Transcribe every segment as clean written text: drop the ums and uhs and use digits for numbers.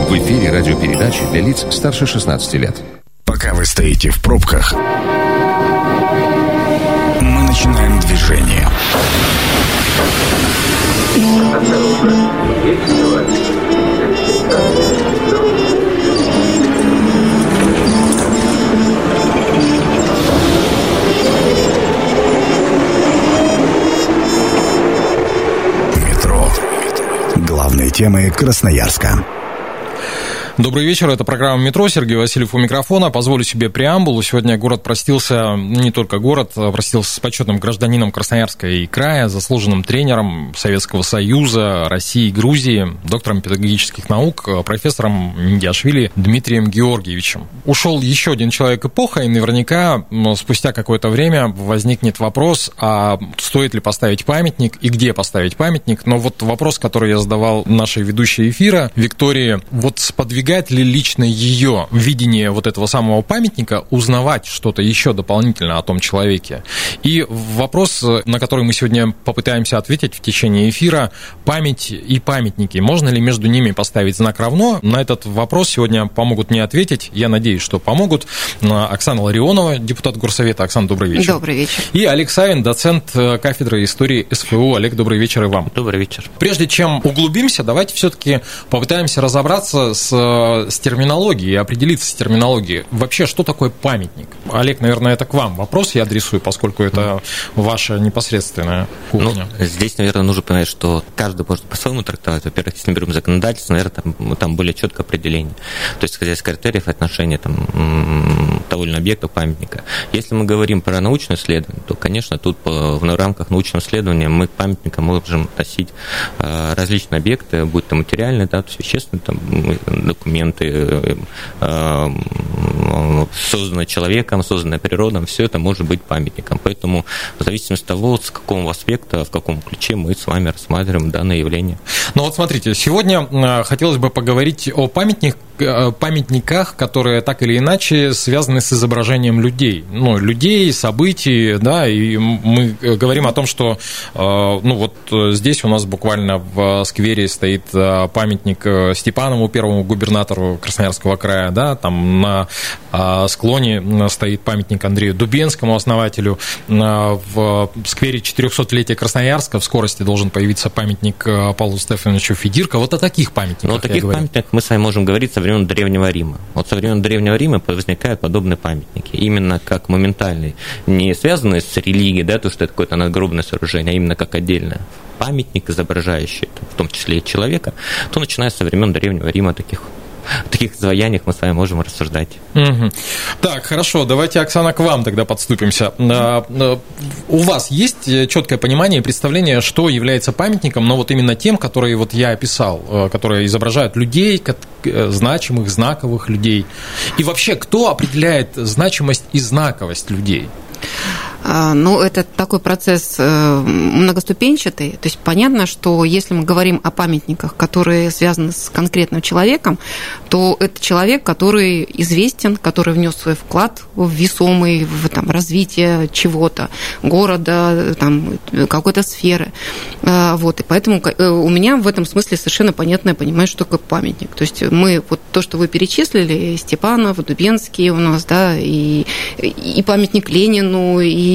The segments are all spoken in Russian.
В эфире радиопередачи для лиц старше 16 лет. Пока вы стоите в пробках, мы начинаем движение. Метро. Главные темы Красноярска. Добрый вечер, это программа «Метро», Сергей Васильев у микрофона. Позволю себе преамбулу. Сегодня город простился, не только город, простился с почетным гражданином Красноярска и края, заслуженным тренером Советского Союза, России и Грузии, доктором педагогических наук, профессором Мингиашвили Дмитрием Георгиевичем. Ушел еще один человек эпоха, и наверняка спустя какое-то время возникнет вопрос, а стоит ли поставить памятник и где поставить памятник. Но вот вопрос, который я задавал нашей ведущей эфира, Виктории, вот сподвигает ли лично ее видение вот этого самого памятника узнавать что-то еще дополнительно о том человеке? И вопрос, на который мы сегодня попытаемся ответить в течение эфира: память и памятники. Можно ли между ними поставить знак равно? На этот вопрос сегодня помогут мне ответить. Я надеюсь, что помогут. Оксана Ларионова, депутат Горсовета. Оксана, добрый вечер. Добрый вечер. И Олег Савин, доцент кафедры истории СФУ. Олег, добрый вечер и вам. Добрый вечер. Прежде чем углубимся, давайте все-таки попытаемся разобраться с терминологией, определиться с терминологией. Вообще, что такое памятник? Олег, наверное, это к вам вопрос я адресую, поскольку это ваша непосредственная кухня. Здесь, наверное, нужно понять, что каждый может по-своему трактовать. Во-первых, если мы берем законодательство, наверное, там более четкое определение. То есть, исходя из критериев отношения того или иного объекта памятника. Если мы говорим про научное исследование, то, конечно, тут в рамках научного исследования мы к памятникам можем относить различные объекты, будь то материальные, да, то есть вещественные документы, созданное человеком, созданное природой, все это может быть памятником. Поэтому в зависимости от того, с какого аспекта, в каком ключе мы с вами рассматриваем данное явление. Ну вот смотрите, сегодня хотелось бы поговорить о памятниках, которые так или иначе связаны с изображением людей. Ну, людей, событий, да, и мы говорим о том, что здесь у нас буквально в сквере стоит памятник Степанову, первому губернатору Красноярского края, да, там на склоне стоит памятник Андрею Дубенскому, основателю. В сквере 400-летия Красноярска в скорости должен появиться памятник Павлу Стефановичу Федирко. Вот о таких памятниках. Но о таких памятниках мы с вами можем говорить со времен Древнего Рима. Вот со времен Древнего Рима возникают подобные памятники. Именно как моментальные, не связанные с религией, да, то, что это какое-то надгробное сооружение, а именно как отдельное памятник, изображающий в том числе и человека, то начиная со времен Древнего Рима о таких изваяниях мы с вами можем рассуждать. Угу. Так, хорошо, давайте, Оксана, к вам тогда подступимся. У вас есть четкое понимание и представление, что является памятником, но вот именно тем, которые вот я описал, которые изображают людей, значимых, знаковых людей? И вообще, кто определяет значимость и знаковость людей? Ну, это такой процесс многоступенчатый. То есть понятно, что если мы говорим о памятниках, которые связаны с конкретным человеком, то это человек, который известен, который внес свой вклад весомый в развитие чего-то, города, какой-то сферы. Вот. И поэтому у меня в этом смысле совершенно понятное понимание, что такое памятник. То есть мы, вот то, что вы перечислили, Степанов, Дубенский у нас, да, и памятник Ленину, и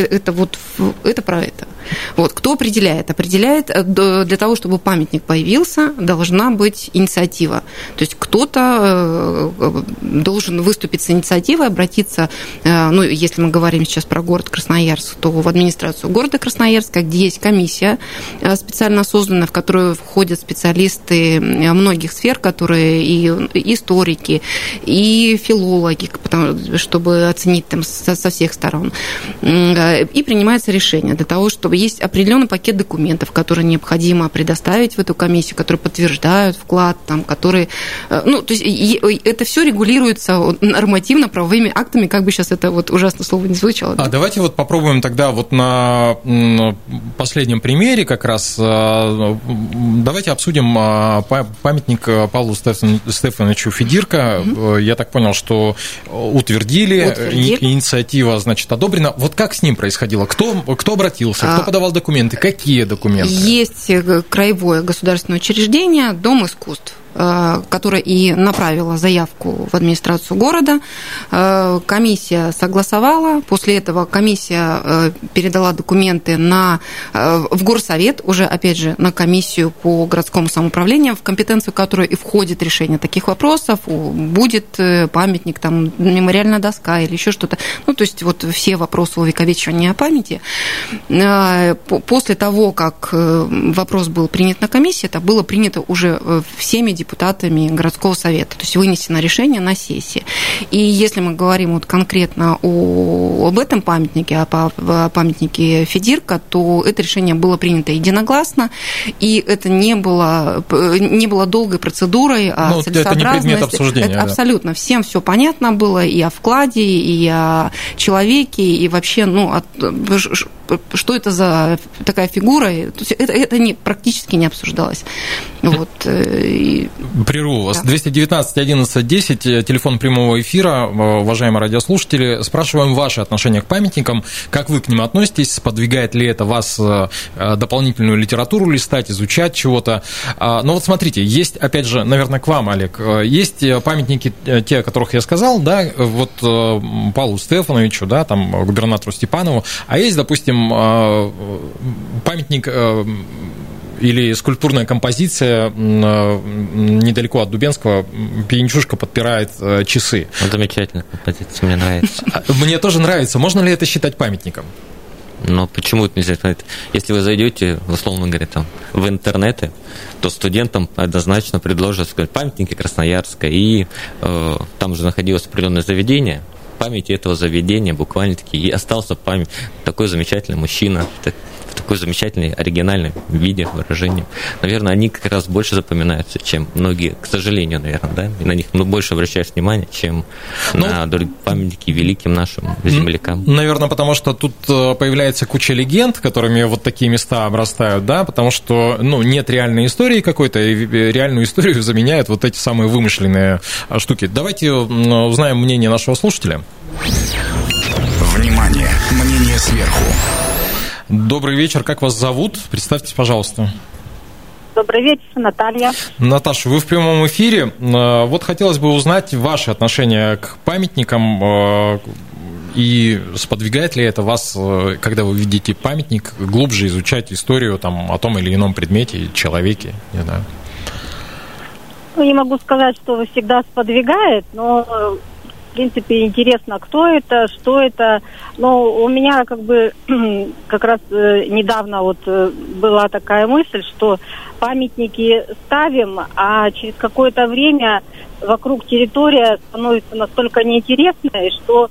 это про это. Вот. Кто определяет? Определяет, для того, чтобы памятник появился, должна быть инициатива. То есть кто-то должен выступить с инициативой, обратиться, если мы говорим сейчас про город Красноярск, то в администрацию города Красноярска, где есть комиссия специально созданная, в которую входят специалисты многих сфер, которые и историки, и филологи, чтобы оценить со всех сторон. И принимается решение для того, чтобы есть определенный пакет документов, которые необходимо предоставить в эту комиссию, которые подтверждают вклад, которые... то есть это все регулируется нормативно-правовыми актами, как бы сейчас это ужасно слово не звучало. Да? Давайте попробуем тогда на последнем примере как раз, давайте обсудим памятник Павлу Стефановичу Федирко. Я так понял, что утвердили. Инициатива, одобрена. Вот как с ним происходило? Кто обратился? Кто подавал документы? Какие документы? Есть краевое государственное учреждение «Дом искусств». которая и направила заявку в администрацию города. Комиссия согласовала. После этого комиссия передала документы в горсовет, уже, опять же, на комиссию по городскому самоуправлению, в компетенцию которой и входит решение таких вопросов. Будет памятник, там, мемориальная доска или еще что-то. Ну, то есть вот все вопросы увековечивания памяти. После того, как вопрос был принят на комиссии, это было принято уже всеми депутатами городского совета, то есть вынесено решение на сессии. И если мы говорим вот конкретно об этом памятнике, о памятнике Федирка, то это решение было принято единогласно, и это не было долгой процедурой, а целесообразности. Это не предмет обсуждения. Это абсолютно. Всем все понятно было и о вкладе, и о человеке, и вообще, что это за такая фигура, это практически не обсуждалось. Вот. Прерву вас. 219-11-10, телефон прямого эфира, уважаемые радиослушатели. Спрашиваем ваши отношения к памятникам, как вы к ним относитесь, сподвигает ли это вас дополнительную литературу листать, изучать чего-то. Но вот смотрите, есть, опять же, наверное, к вам, Олег, есть памятники, те, о которых я сказал, да, вот Павлу Стефановичу, да, там, губернатору Степанову, а есть, допустим, памятник или скульптурная композиция недалеко от Дубенского, пьянчушка подпирает часы. Замечательная композиция, мне нравится. Мне тоже нравится. Можно ли это считать памятником? Но почему это нельзя? Если вы зайдете, условно говоря, там, в интернеты, то студентам однозначно предложат сказать памятники Красноярска, и там же находилось определенное заведение. В памяти этого заведения буквально-таки и остался память. Такой замечательный мужчина, в такой замечательной, оригинальном виде, выражении. Наверное, они как раз больше запоминаются, чем многие, к сожалению, наверное, да? И на них больше обращаешь внимание, чем на памятники великим нашим землякам. Наверное, потому что тут появляется куча легенд, которыми вот такие места обрастают, да, потому что, нет реальной истории какой-то, и реальную историю заменяют вот эти самые вымышленные штуки. Давайте узнаем мнение нашего слушателя. Внимание! Мнение сверху. Добрый вечер, как вас зовут? Представьтесь, пожалуйста. Добрый вечер, Наталья. Наташа, вы в прямом эфире. Вот хотелось бы узнать ваши отношения к памятникам и сподвигает ли это вас, когда вы видите памятник, глубже изучать историю там, о том или ином предмете, человеке, не знаю. Не могу сказать, что всегда сподвигает, но в принципе интересно, кто это, что это. Но у меня как раз недавно была такая мысль, что памятники ставим, а через какое-то время вокруг территория становится настолько неинтересной, что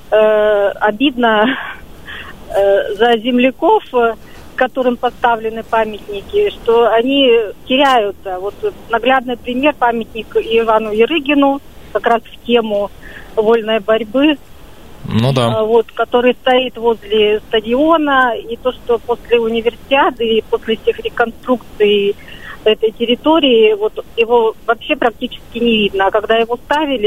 обидно за земляков, которым поставлены памятники, что они теряются. Вот наглядный пример — памятник Ивану Ярыгину, как раз в тему вольной борьбы, который стоит возле стадиона, и то, что после универсиады и после всех реконструкций этой территории, его вообще практически не видно. А когда его ставили,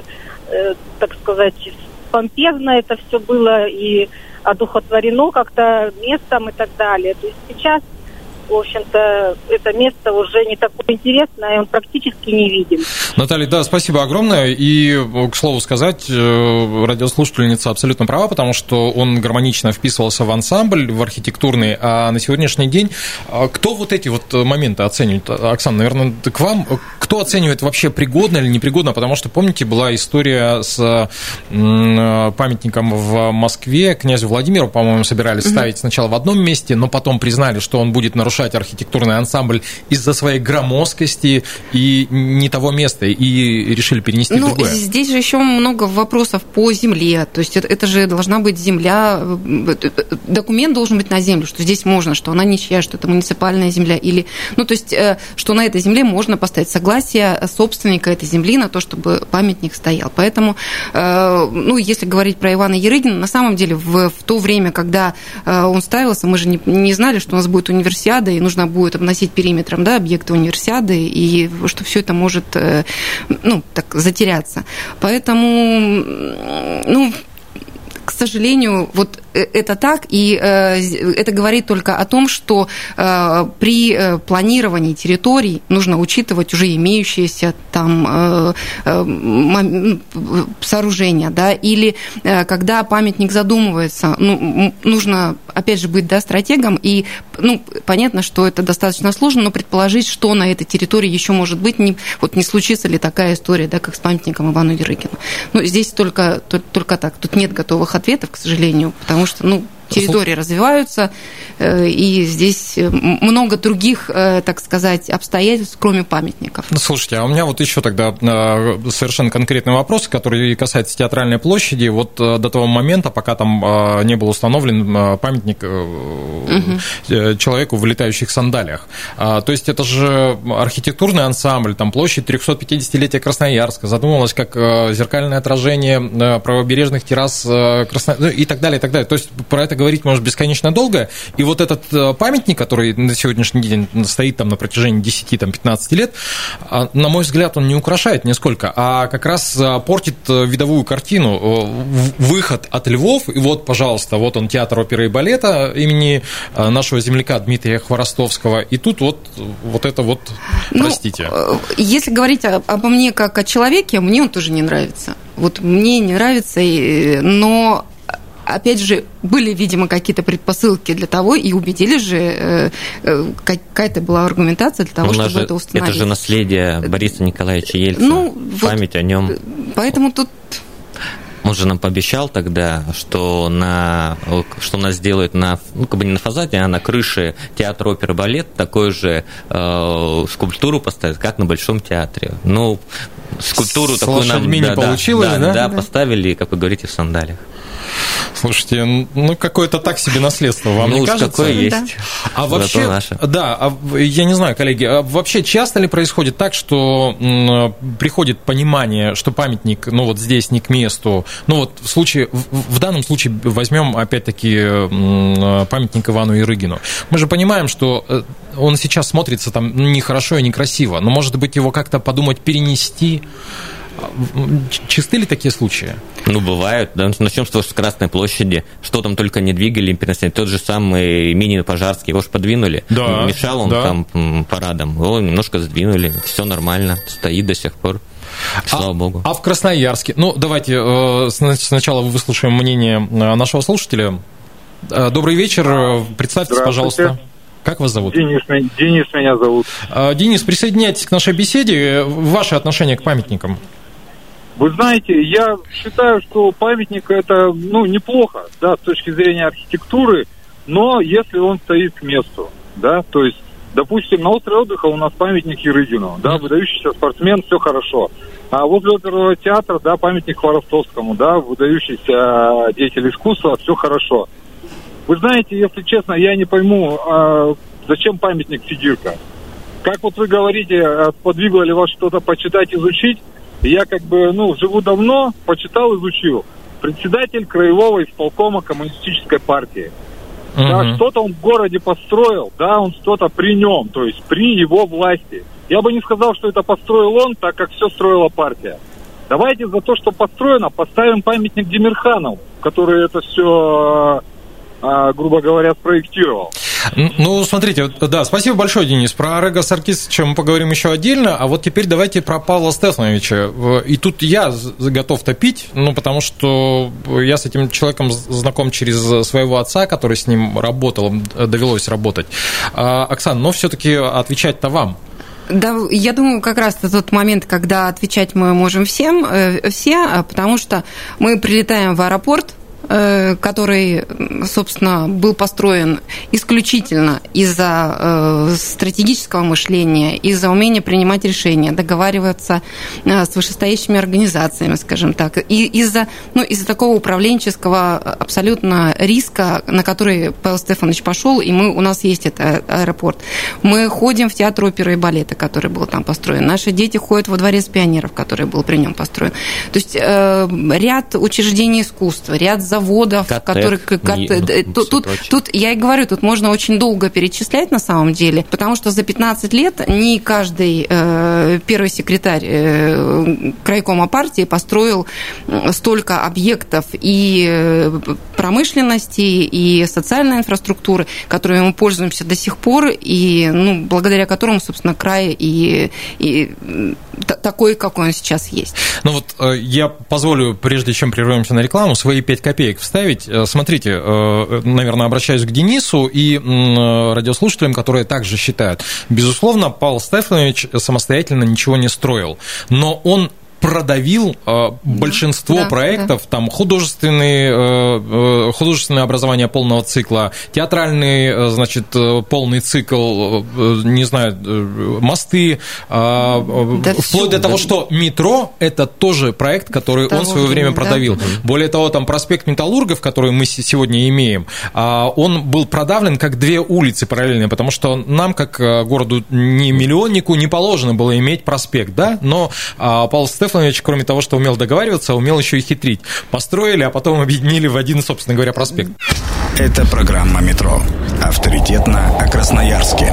так сказать, помпезно это все было и одухотворено как-то местом и так далее. То есть сейчас, в общем-то, это место уже не такое интересное, и он практически не виден. Наталья, да, спасибо огромное. И, к слову сказать, радиослушательница абсолютно права, потому что он гармонично вписывался в ансамбль, в архитектурный, а на сегодняшний день кто вот эти моменты оценивает? Оксана, наверное, к вам. Кто оценивает вообще, пригодно или непригодно? Потому что, помните, была история с памятником в Москве, князю Владимиру, по-моему, собирались ставить сначала в одном месте, но потом признали, что он будет нарушать архитектурный ансамбль из-за своей громоздкости и не того места, и решили перенести в другое. Здесь же еще много вопросов по земле, то есть это же должна быть земля, документ должен быть на землю, что здесь можно, что она ничья, что это муниципальная земля, или, то есть, что на этой земле можно поставить согласие собственника этой земли на то, чтобы памятник стоял. Поэтому, если говорить про Ивана Ярыгина, на самом деле в то время, когда он ставился, мы же не знали, что у нас будет универсиада, и нужно будет обносить периметром, объекты универсиады, и что все это может, затеряться. Поэтому, к сожалению, вот это так, и это говорит только о том, что при планировании территорий нужно учитывать уже имеющиеся там сооружения, да, или когда памятник задумывается, нужно, опять же, быть, да, стратегом, и, понятно, что это достаточно сложно, но предположить, что на этой территории еще может быть, не случится ли такая история, да, как с памятником Ивану Ярыгину. Здесь только так, тут нет готовых ответов, к сожалению, потому что, территории развиваются, и здесь много других, так сказать, обстоятельств, кроме памятников. Слушайте, а у меня вот еще тогда совершенно конкретный вопрос, который касается Театральной площади. Вот до того момента, пока там не был установлен памятник человеку в летающих сандалиях. То есть это же архитектурный ансамбль, там площадь 350-летия Красноярска, задумывалась как зеркальное отражение правобережных террас и так далее, и так далее. То есть про это говорить может бесконечно долго, и вот этот памятник, который на сегодняшний день стоит там на протяжении 10-15 лет, на мой взгляд, он не украшает нисколько, а как раз портит видовую картину, выход от Львов, и вот, пожалуйста, вот он, театр оперы и балета имени нашего земляка Дмитрия Хворостовского, и тут вот это вот, простите. Если говорить обо мне как о человеке, мне он тоже не нравится. Вот мне не нравится, но опять же, были, видимо, какие-то предпосылки для того, и убедили же, какая-то была аргументация для того, чтобы это установить. Это же наследие Бориса Николаевича Ельцина, память о нем. Поэтому тут... Он же нам пообещал тогда, что у нас сделают не на фасаде, а на крыше театра оперы и балет такую же скульптуру поставят, как на Большом театре. Скульптуру такую нам не получилось, да? Поставили, как вы говорите, в сандалиях. Слушайте, какое-то так себе наследство, вам не кажется? Какое есть. А вообще, я не знаю, коллеги, а вообще часто ли происходит так, что приходит понимание, что памятник, вот здесь не к месту, в данном случае возьмем опять-таки памятник Ивану Ярыгину. Мы же понимаем, что он сейчас смотрится там нехорошо и некрасиво, но, может быть, его как-то подумать перенести. Чисты ли такие случаи? Бывают. Да. Начнем с того, что с Красной площади, что там только не двигали, тот же самый Минин Пожарский, его же подвинули. Да, мешал он там парадам, его немножко сдвинули, все нормально, стоит до сих пор. Слава богу. А в Красноярске? Давайте сначала выслушаем мнение нашего слушателя. Добрый вечер, представьтесь, пожалуйста. Как вас зовут? Денис меня зовут. Денис, присоединяйтесь к нашей беседе. Ваше отношение к памятникам? Вы знаете, я считаю, что памятник это, неплохо, да, с точки зрения архитектуры, но если он стоит к месту, да, то есть, допустим, на острове отдыха у нас памятник Ярыгину, да, выдающийся спортсмен, все хорошо. А возле оперного театра, да, памятник Хворостовскому, да, выдающийся деятель искусства, все хорошо. Вы знаете, если честно, я не пойму, зачем памятник Федирка. Как вот вы говорите, подвигло ли вас что-то почитать, изучить? Я живу давно, почитал, изучил. Председатель краевого исполкома коммунистической партии. Да, что-то он в городе построил, да, он что-то при нем, то есть при его власти. Я бы не сказал, что это построил он, так как все строила партия. Давайте за то, что построено, поставим памятник Демирханову, который это все... грубо говоря, спроектировал. Смотрите, да, спасибо большое, Денис. Про Орега Саркисовича мы поговорим еще отдельно, а вот теперь давайте про Павла Стефановича. И тут я готов топить, потому что я с этим человеком знаком через своего отца, который с ним работал, довелось работать. Оксана, все-таки отвечать-то вам. Да, я думаю, как раз это тот момент, когда отвечать мы можем все, потому что мы прилетаем в аэропорт, который, собственно, был построен исключительно из-за стратегического мышления, из-за умения принимать решения, договариваться с вышестоящими организациями, скажем так, и из-за такого управленческого абсолютно риска, на который Павел Стефанович пошел, и у нас есть этот аэропорт. Мы ходим в театр оперы и балета, который был там построен. Наши дети ходят во дворец пионеров, который был при нем построен. То есть ряд учреждений искусства, ряд заводов, которые... Тут я и говорю, тут можно очень долго перечислять на самом деле, потому что за 15 лет не каждый первый секретарь крайкома партии построил столько объектов и промышленности, и социальной инфраструктуры, которыми мы пользуемся до сих пор, и благодаря которому, собственно, край и такой, какой он сейчас есть. Ну вот я позволю, прежде чем прервемся на рекламу, свои 5 копеек вставить. Смотрите, наверное, обращаюсь к Денису и радиослушателям, которые также считают. Безусловно, Павел Стефанович самостоятельно ничего не строил, но он продавил большинство проектов, там художественное образование полного цикла, театральный, значит, полный цикл, не знаю, мосты, вплоть до того, что метро – это тоже проект, который он в свое время продавил. Более того, там проспект Металлургов, который мы сегодня имеем, он был продавлен как 2 улицы параллельные, потому что нам, как городу не миллионнику, не положено было иметь проспект, да, но Павел Стефанович, кроме того, что умел договариваться, умел еще и хитрить. Построили, а потом объединили в один, собственно говоря, проспект. Это программа «Метро». Авторитетно о Красноярске.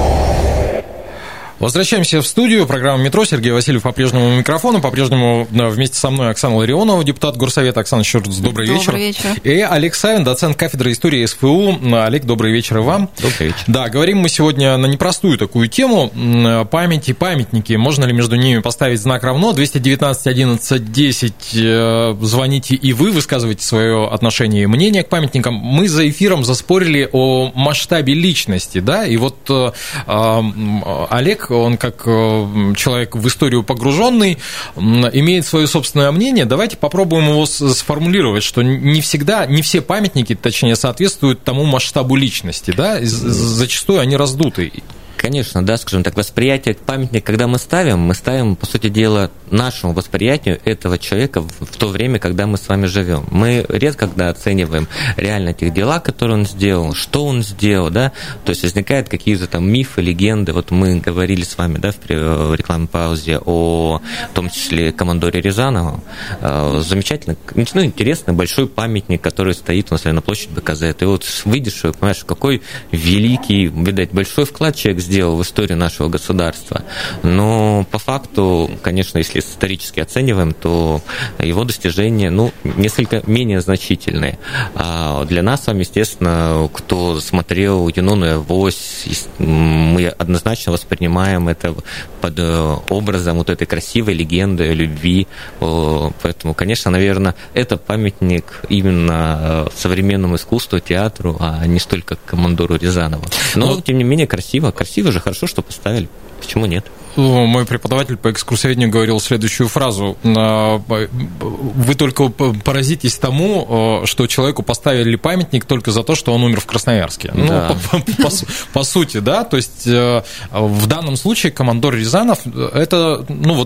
Возвращаемся в студию. Программа «Метро». Сергей Васильев по-прежнему у микрофона. По-прежнему вместе со мной Оксана Ларионова, депутат Горсовета. Оксана, еще раз добрый вечер. Добрый вечер. И Олег Савин, доцент кафедры истории СФУ. Олег, добрый вечер и вам. Добрый вечер. Да, говорим мы сегодня на непростую такую тему. Память и памятники. Можно ли между ними поставить знак равно? 219 11 10. Звоните и вы, высказывайте свое отношение и мнение к памятникам. Мы за эфиром заспорили о масштабе личности, да, и вот Олег, он как человек в историю погруженный, имеет свое собственное мнение. Давайте попробуем его сформулировать, что не всегда, не все памятники, точнее, соответствуют тому масштабу личности, да, зачастую они раздуты. Конечно, да, скажем так, восприятие памятника, когда мы ставим, по сути дела, нашему восприятию этого человека в то время, когда мы с вами живем. Мы редко когда оцениваем реально те дела, которые он сделал, что он сделал, да, то есть возникают какие-то там мифы, легенды. Вот мы говорили с вами, да, в рекламной паузе о том числе командоре Рязанову. Замечательно, интересный большой памятник, который стоит у нас на площади БКЗ. Ты вот выйдешь и понимаешь, какой великий, видать, большой вклад человек сделал в историю нашего государства. Но по факту, конечно, если исторически оцениваем, то его достижения, несколько менее значительные. А для нас с вами, естественно, кто смотрел «Юнону и Авось», мы однозначно воспринимаем это под образом вот этой красивой легенды любви. Поэтому, конечно, наверное, это памятник именно современному искусству, театру, а не столько командору Рязанову. Но, тем не менее, красиво же, хорошо, что поставили. Почему нет? Мой преподаватель по экскурсоведению говорил следующую фразу. Вы только поразитесь тому, что человеку поставили памятник только за то, что он умер в Красноярске. Да. По сути, да. То есть в данном случае командор Рязанов это,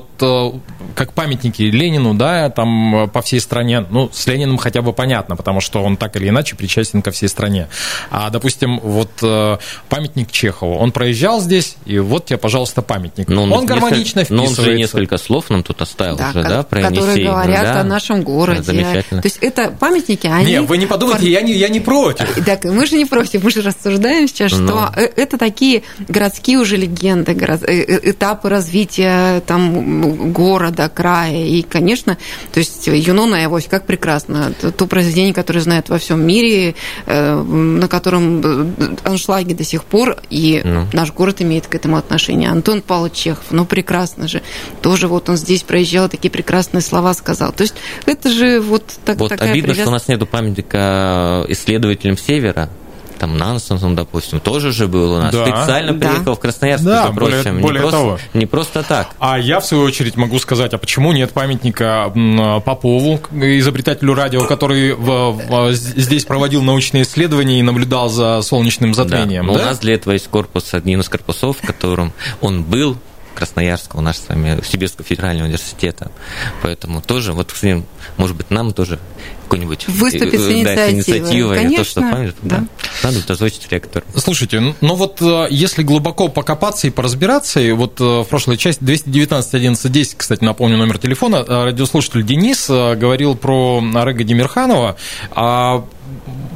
как памятники Ленину, да, там по всей стране. С Лениным хотя бы понятно, потому что он так или иначе причастен ко всей стране. А, допустим, вот памятник Чехову. Он проезжал здесь, и вот тебе, пожалуйста, памятник. Он гармонично вписывается. Но он же несколько слов нам тут оставил уже, да, про Енисей. Которые говорят о нашем городе. Замечательно. То есть это памятники, они... Нет, вы не подумайте, я не против. Так, мы же не против, мы же рассуждаем сейчас, что это такие городские уже легенды, этапы развития там города, края. И, конечно, то есть «Юнона и Авось», как прекрасно. То произведение, которое знают во всем мире, на котором аншлаги до сих пор, и наш город имеет к этому отношение. Антон Павлович Чехов, прекрасно же. Тоже вот он здесь проезжал, такие прекрасные слова сказал. То есть это же вот такая обидно, привязка. что у нас нету памятника исследователям Севера. Там Нансенсон, допустим, тоже же был у нас. Да. Специально приехал в Красноярск, между прочим. Более того. Не просто так. А я, в свою очередь, могу сказать, а почему нет памятника Попову, изобретателю радио, который здесь проводил научные исследования и наблюдал за солнечным затмением? Да. У нас для этого есть корпус, один из корпусов, в котором он был, Красноярского, у нас с вами Сибирского федерального университета. Поэтому тоже, вот, может быть, нам тоже какой-нибудь выступить с инициативой. Конечно, то, что память, надо озвучить ректору. Слушайте, если глубоко покопаться и поразбираться, и вот в прошлой части 219 11 10, кстати, напомню номер телефона, радиослушатель Денис говорил про Орега Демирханова.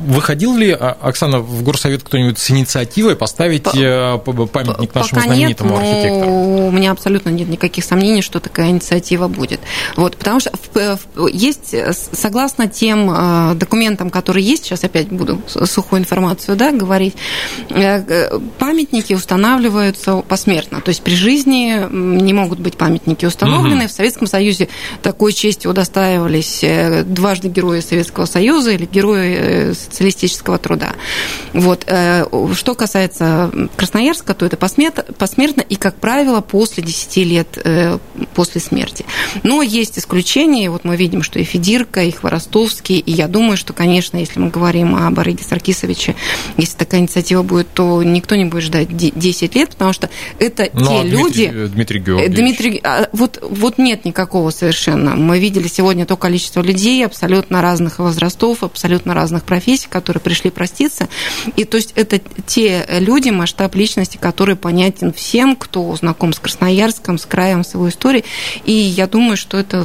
выходил ли, Оксана, в горсовет кто-нибудь с инициативой поставить памятник нашему знаменитому архитектору? У меня абсолютно нет никаких сомнений, что такая инициатива будет. Вот, потому что есть, согласно тем документам, которые есть, сейчас опять буду сухую информацию, да, говорить, памятники устанавливаются посмертно. То есть при жизни не могут быть памятники установлены. В Советском Союзе такой честью удостаивались дважды герои Советского Союза или герои социалистического труда. Вот. Что касается Красноярска, то это посмертно и, как правило, после 10 лет после смерти. Но есть исключения. Вот мы видим, что и Федирка, и Хворостовский, и я думаю, что, конечно, если мы говорим об Ореге Саркисовиче, если такая инициатива будет, то никто не будет ждать 10 лет, потому что это те люди... Дмитрий Георгиевич. Вот нет никакого совершенно. Мы видели сегодня то количество людей абсолютно разных возрастов, абсолютно разных профессий, которые пришли проститься. И то есть это те люди, масштаб личности, который понятен всем, кто знаком с Красноярском, с краем, с его историей. И я думаю, что это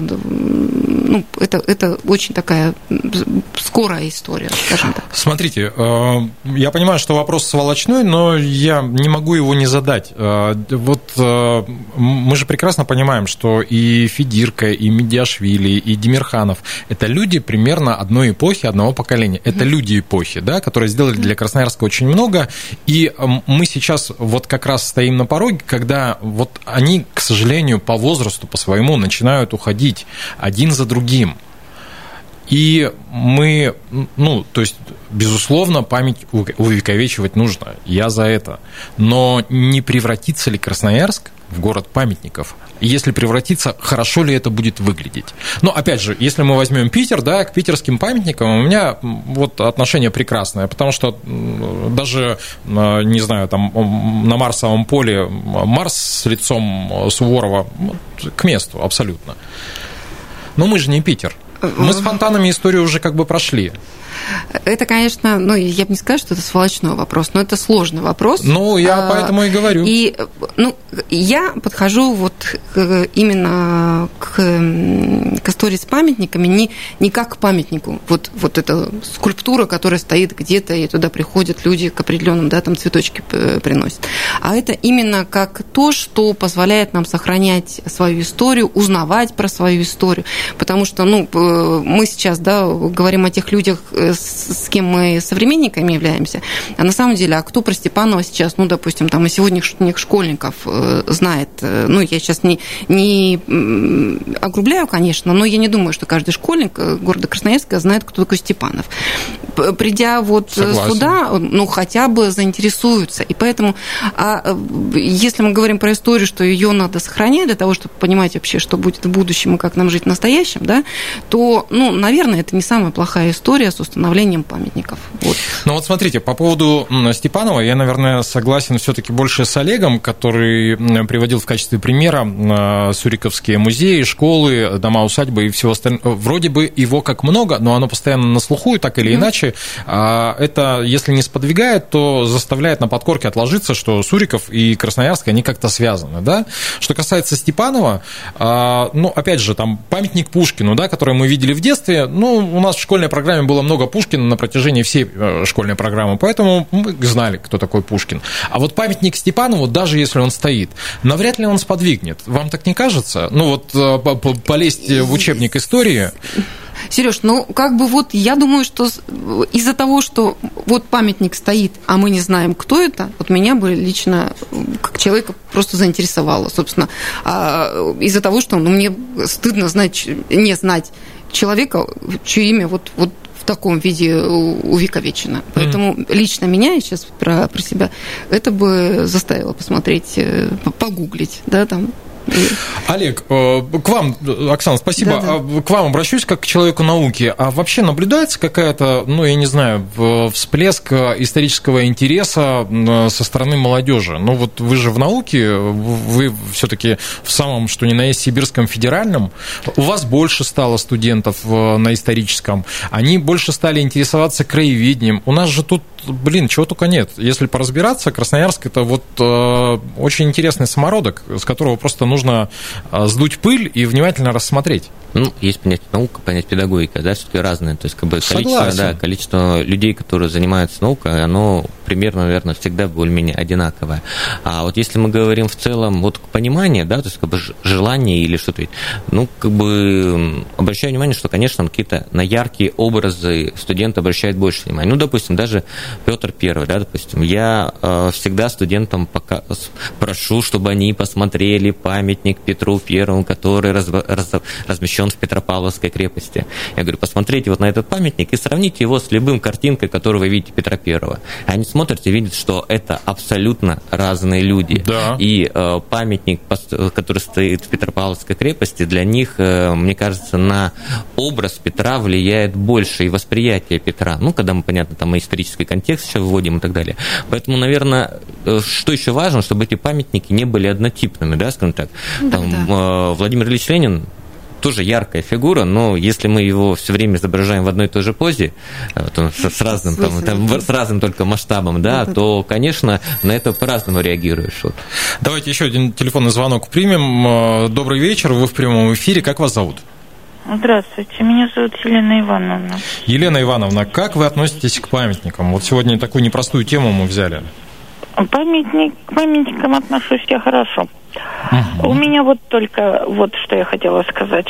очень такая скорая история, скажем так. Смотрите, я понимаю, что вопрос сволочной, но я не могу его не задать. Вот мы же прекрасно понимаем, что и Федирка, и Медиашвили, и Демирханов – это люди примерно одной эпохи, одного поколения. Это люди эпохи, да, которые сделали для Красноярска очень много. И мы сейчас вот как раз стоим на пороге, когда вот они, к сожалению, по возрасту, по своему начинают уходить один за другим. И мы, то есть, безусловно, память увековечивать нужно, я за это. Но не превратится ли Красноярск в город памятников? Если превратится, хорошо ли это будет выглядеть? Но, опять же, если мы возьмем Питер, да, к питерским памятникам у меня вот отношение прекрасное, потому что даже, не знаю, там на Марсовом поле Марс с лицом Суворова к месту абсолютно. Но мы же не Питер. Мы с фонтанами историю уже как бы прошли. Это, конечно, я бы не сказала, что это сволочной вопрос, но это сложный вопрос. Я поэтому и говорю. И, я подхожу вот именно к истории с памятниками не как к памятнику. Вот эта скульптура, которая стоит где-то, и туда приходят люди к определенным датам, цветочки приносят. А это именно как то, что позволяет нам сохранять свою историю, узнавать про свою историю. Потому что, мы сейчас, да, говорим о тех людях, с кем мы современниками являемся, а на самом деле, кто про Степанова сейчас, допустим, там и сегодняшних школьников знает, я сейчас не огрубляю, конечно, но я не думаю, что каждый школьник города Красноярска знает, кто такой Степанов. Придя сюда, хотя бы заинтересуются. И поэтому, если мы говорим про историю, что ее надо сохранять для того, чтобы понимать вообще, что будет в будущем и как нам жить в настоящем, да, то, наверное, это не самая плохая история с установлением памятников. Вот. Смотрите, по поводу Степанова, я, наверное, согласен все-таки больше с Олегом, который приводил в качестве примера Суриковские музеи, школы, дома, усадьбы и всего остального. Вроде бы его как много, но оно постоянно на слуху, и так или иначе, это, если не сподвигает, то заставляет на подкорке отложиться, что Суриков и Красноярск, они как-то связаны, да? Что касается Степанова, опять же, там памятник Пушкину, да, который мы видели в детстве, у нас в школьной программе было много Пушкина на протяжении всей школьной программы, поэтому мы знали, кто такой Пушкин. А вот памятник Степанову, даже если он стоит, навряд ли он сподвигнет. Вам так не кажется? Полезть в учебник истории... Сереж, я думаю, что из-за того, что памятник стоит, а мы не знаем, кто это, меня бы лично, как человека, просто заинтересовало, собственно. Из-за того, что мне стыдно не знать человека, чье имя в таком виде увековечено. Поэтому лично меня, я сейчас про себя, это бы заставило посмотреть, погуглить, да, там. Олег, к вам, Оксана, спасибо. Да. К вам обращусь как к человеку науки. А вообще наблюдается какая-то, всплеск исторического интереса со стороны молодежи? Вы же в науке, вы все-таки в самом, что ни на есть, Сибирском федеральном. У вас больше стало студентов на историческом. Они больше стали интересоваться краеведением. У нас же тут чего только нет. Если поразбираться, Красноярск – это вот очень интересный самородок, с которого просто нужно сдуть пыль и внимательно рассмотреть. Есть понятие наука, понятие педагогика, да, все-таки разные. То есть, количество людей, которые занимаются наукой, оно примерно, наверное, всегда более-менее одинаковое. А вот если мы говорим в целом вот понимание, да, то есть желание или что-то, обращаю внимание, что, конечно, какие-то на яркие образы студенты обращают больше внимания. Допустим, даже Петр I, да, допустим, я всегда студентам прошу, чтобы они посмотрели памятник Петру I, который размещен в Петропавловской крепости. Я говорю, посмотрите вот на этот памятник и сравните его с любым картинкой, которую вы видите Петра I. Они смотрят и видят, что это абсолютно разные люди. Да. И памятник, который стоит в Петропавловской крепости, для них, мне кажется, на образ Петра влияет больше и восприятие Петра. Когда мы, понятно, там исторический контекст еще выводим и так далее. Поэтому, наверное, что еще важно, чтобы эти памятники не были однотипными, да, скажем так. Владимир Ильич Ленин тоже яркая фигура, но если мы его все время изображаем в одной и той же позе, с разным только масштабом, да, то, конечно, на это по-разному реагируешь. Давайте еще один телефонный звонок примем. Добрый вечер, вы в прямом эфире. Как вас зовут? Здравствуйте, меня зовут Елена Ивановна. Елена Ивановна, как вы относитесь к памятникам? Вот сегодня такую непростую тему мы взяли. К памятникам отношусь я хорошо. У меня только что я хотела сказать.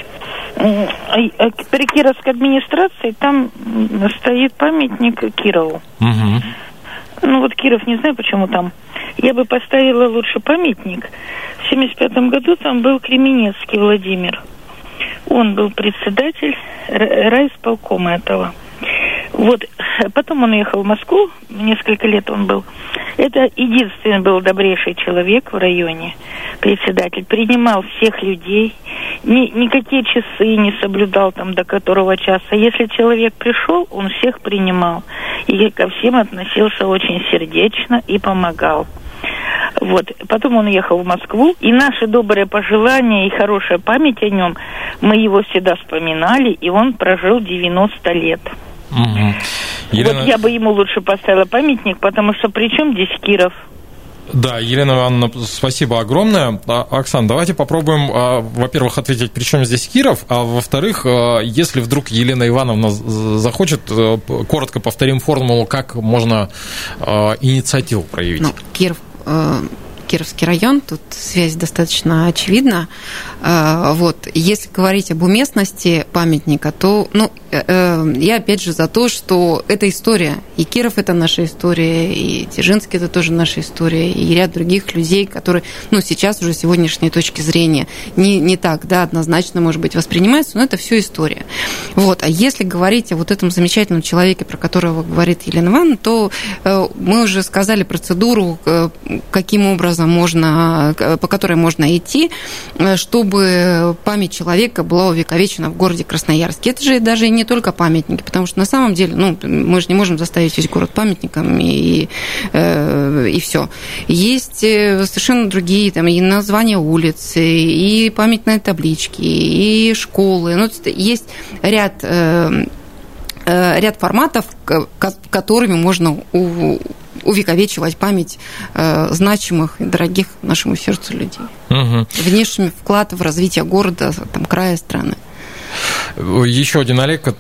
При Кировской администрации там стоит памятник Кирову. Киров, не знаю, почему там. Я бы поставила лучше памятник. В 1975 году там был Кременецкий Владимир. Он был председатель райисполкома этого. Потом он уехал в Москву, несколько лет он был. Это единственный был добрейший человек в районе, председатель. Принимал всех людей, никакие часы не соблюдал там до которого часа. Если человек пришел, он всех принимал. И ко всем относился очень сердечно и помогал. Потом он уехал в Москву, и наши добрые пожелания и хорошая память о нем, мы его всегда вспоминали, и он прожил 90 лет. Елена... Я бы ему лучше поставила памятник, потому что при чем здесь Киров? Да, Елена Ивановна, спасибо огромное. Оксана, давайте попробуем, во-первых, ответить, при чем здесь Киров, а во-вторых, если вдруг Елена Ивановна захочет, коротко повторим формулу, как можно инициативу проявить. Кировский район, тут связь достаточно очевидна. Если говорить об уместности памятника, то я опять же за то, что это история. И Киров – это наша история, и Дзержинский – это тоже наша история, и ряд других людей, которые, сейчас уже с сегодняшней точки зрения не так, однозначно, может быть, воспринимаются, но это все история. А если говорить о этом замечательном человеке, про которого говорит Елена Ивановна, то мы уже сказали процедуру, каким образом по которой можно идти, чтобы память человека была увековечена в городе Красноярске. Это же даже не только памятники, потому что на самом деле, мы же не можем заставить весь город памятником и все. Есть совершенно другие, и названия улиц, и памятные таблички, и школы. Есть ряд форматов, которыми можно увековечивать память значимых и дорогих нашему сердцу людей. Внешний вклад в развитие города, края, страны. Еще один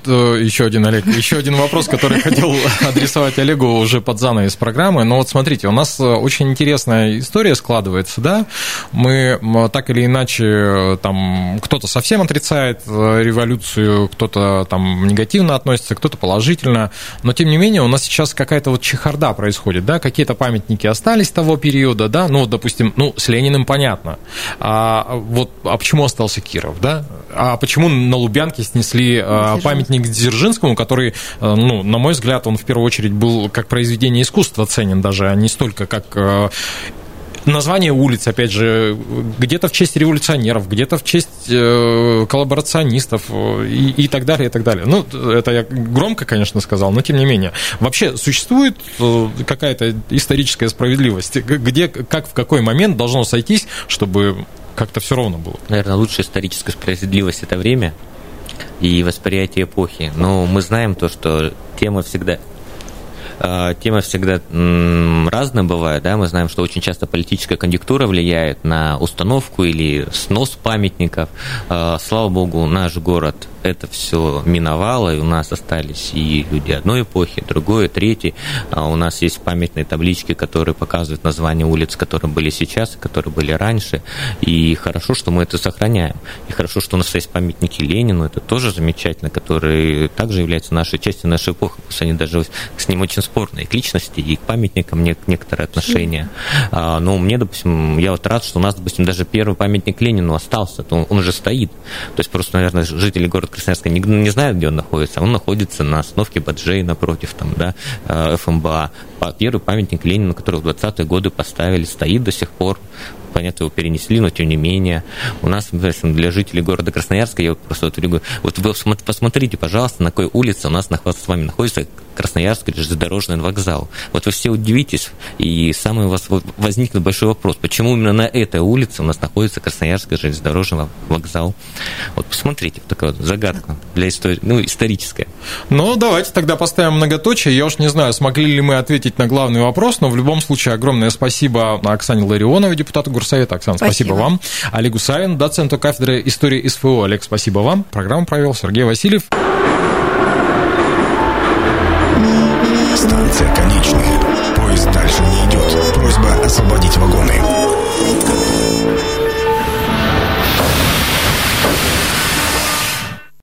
вопрос, который хотел адресовать Олегу уже под занавес программы. Но смотрите, у нас очень интересная история складывается, да? Мы так или иначе, кто-то совсем отрицает революцию, кто-то негативно относится, кто-то положительно, но тем не менее у нас сейчас какая-то чехарда происходит, да? Какие-то памятники остались того периода, да? Допустим, с Лениным понятно. А почему остался Киров, да? А почему на Лубянке снесли памятник Дзержинскому, который, на мой взгляд, он в первую очередь был как произведение искусства ценен даже, а не столько как название улиц, опять же, где-то в честь революционеров, где-то в честь коллаборационистов и так далее, и так далее. Это я громко, конечно, сказал, но тем не менее. Вообще существует какая-то историческая справедливость? Где, как, в какой момент должно сойтись, чтобы как-то все ровно было? Наверное, лучшая историческая справедливость – это время и восприятие эпохи. Но мы знаем то, что тема всегда тема всегда разная бывает, да, мы знаем, что очень часто политическая конъюнктура влияет на установку или снос памятников. Слава богу, наш город это все миновало, и у нас остались и люди одной эпохи, другой, третьей. У нас есть памятные таблички, которые показывают названия улиц, которые были сейчас, которые были раньше, и хорошо, что мы это сохраняем. И хорошо, что у нас есть памятники Ленину, это тоже замечательно, которые также являются нашей частью нашей эпохи, пусть они даже с ним очень спорные, к личности и к памятникам некоторые отношения. Но мне, допустим, я вот рад, что у нас, допустим, даже первый памятник Ленину остался, он уже стоит. То есть просто, наверное, жители города Красноярска не знают, где он находится. Он находится на остановке Баджей напротив там, да, ФМБА. Первый памятник Ленину, который в 20-е годы поставили, стоит до сих пор. Понятно, его перенесли, но тем не менее. У нас, для жителей города Красноярска, я вот просто говорю, вот вы посмотрите, пожалуйста, на какой улице у нас с вами находится Красноярский железнодорожный вокзал. Вот вы все удивитесь, и самый у вас возникнет большой вопрос, почему именно на этой улице у нас находится Красноярский железнодорожный вокзал. Вот посмотрите, такая вот загадка для историческая. Ну, давайте тогда поставим многоточие. Я уж не знаю, смогли ли мы ответить на главный вопрос, но в любом случае огромное спасибо Оксане Ларионовой, депутату Горсовета. Оксана, спасибо вам. Олегу Савину, доценту кафедры истории СФО. Олег, спасибо вам. Программу провел Сергей Васильев. Станция конечная. Поезд дальше не идет. Просьба освободить вагоны.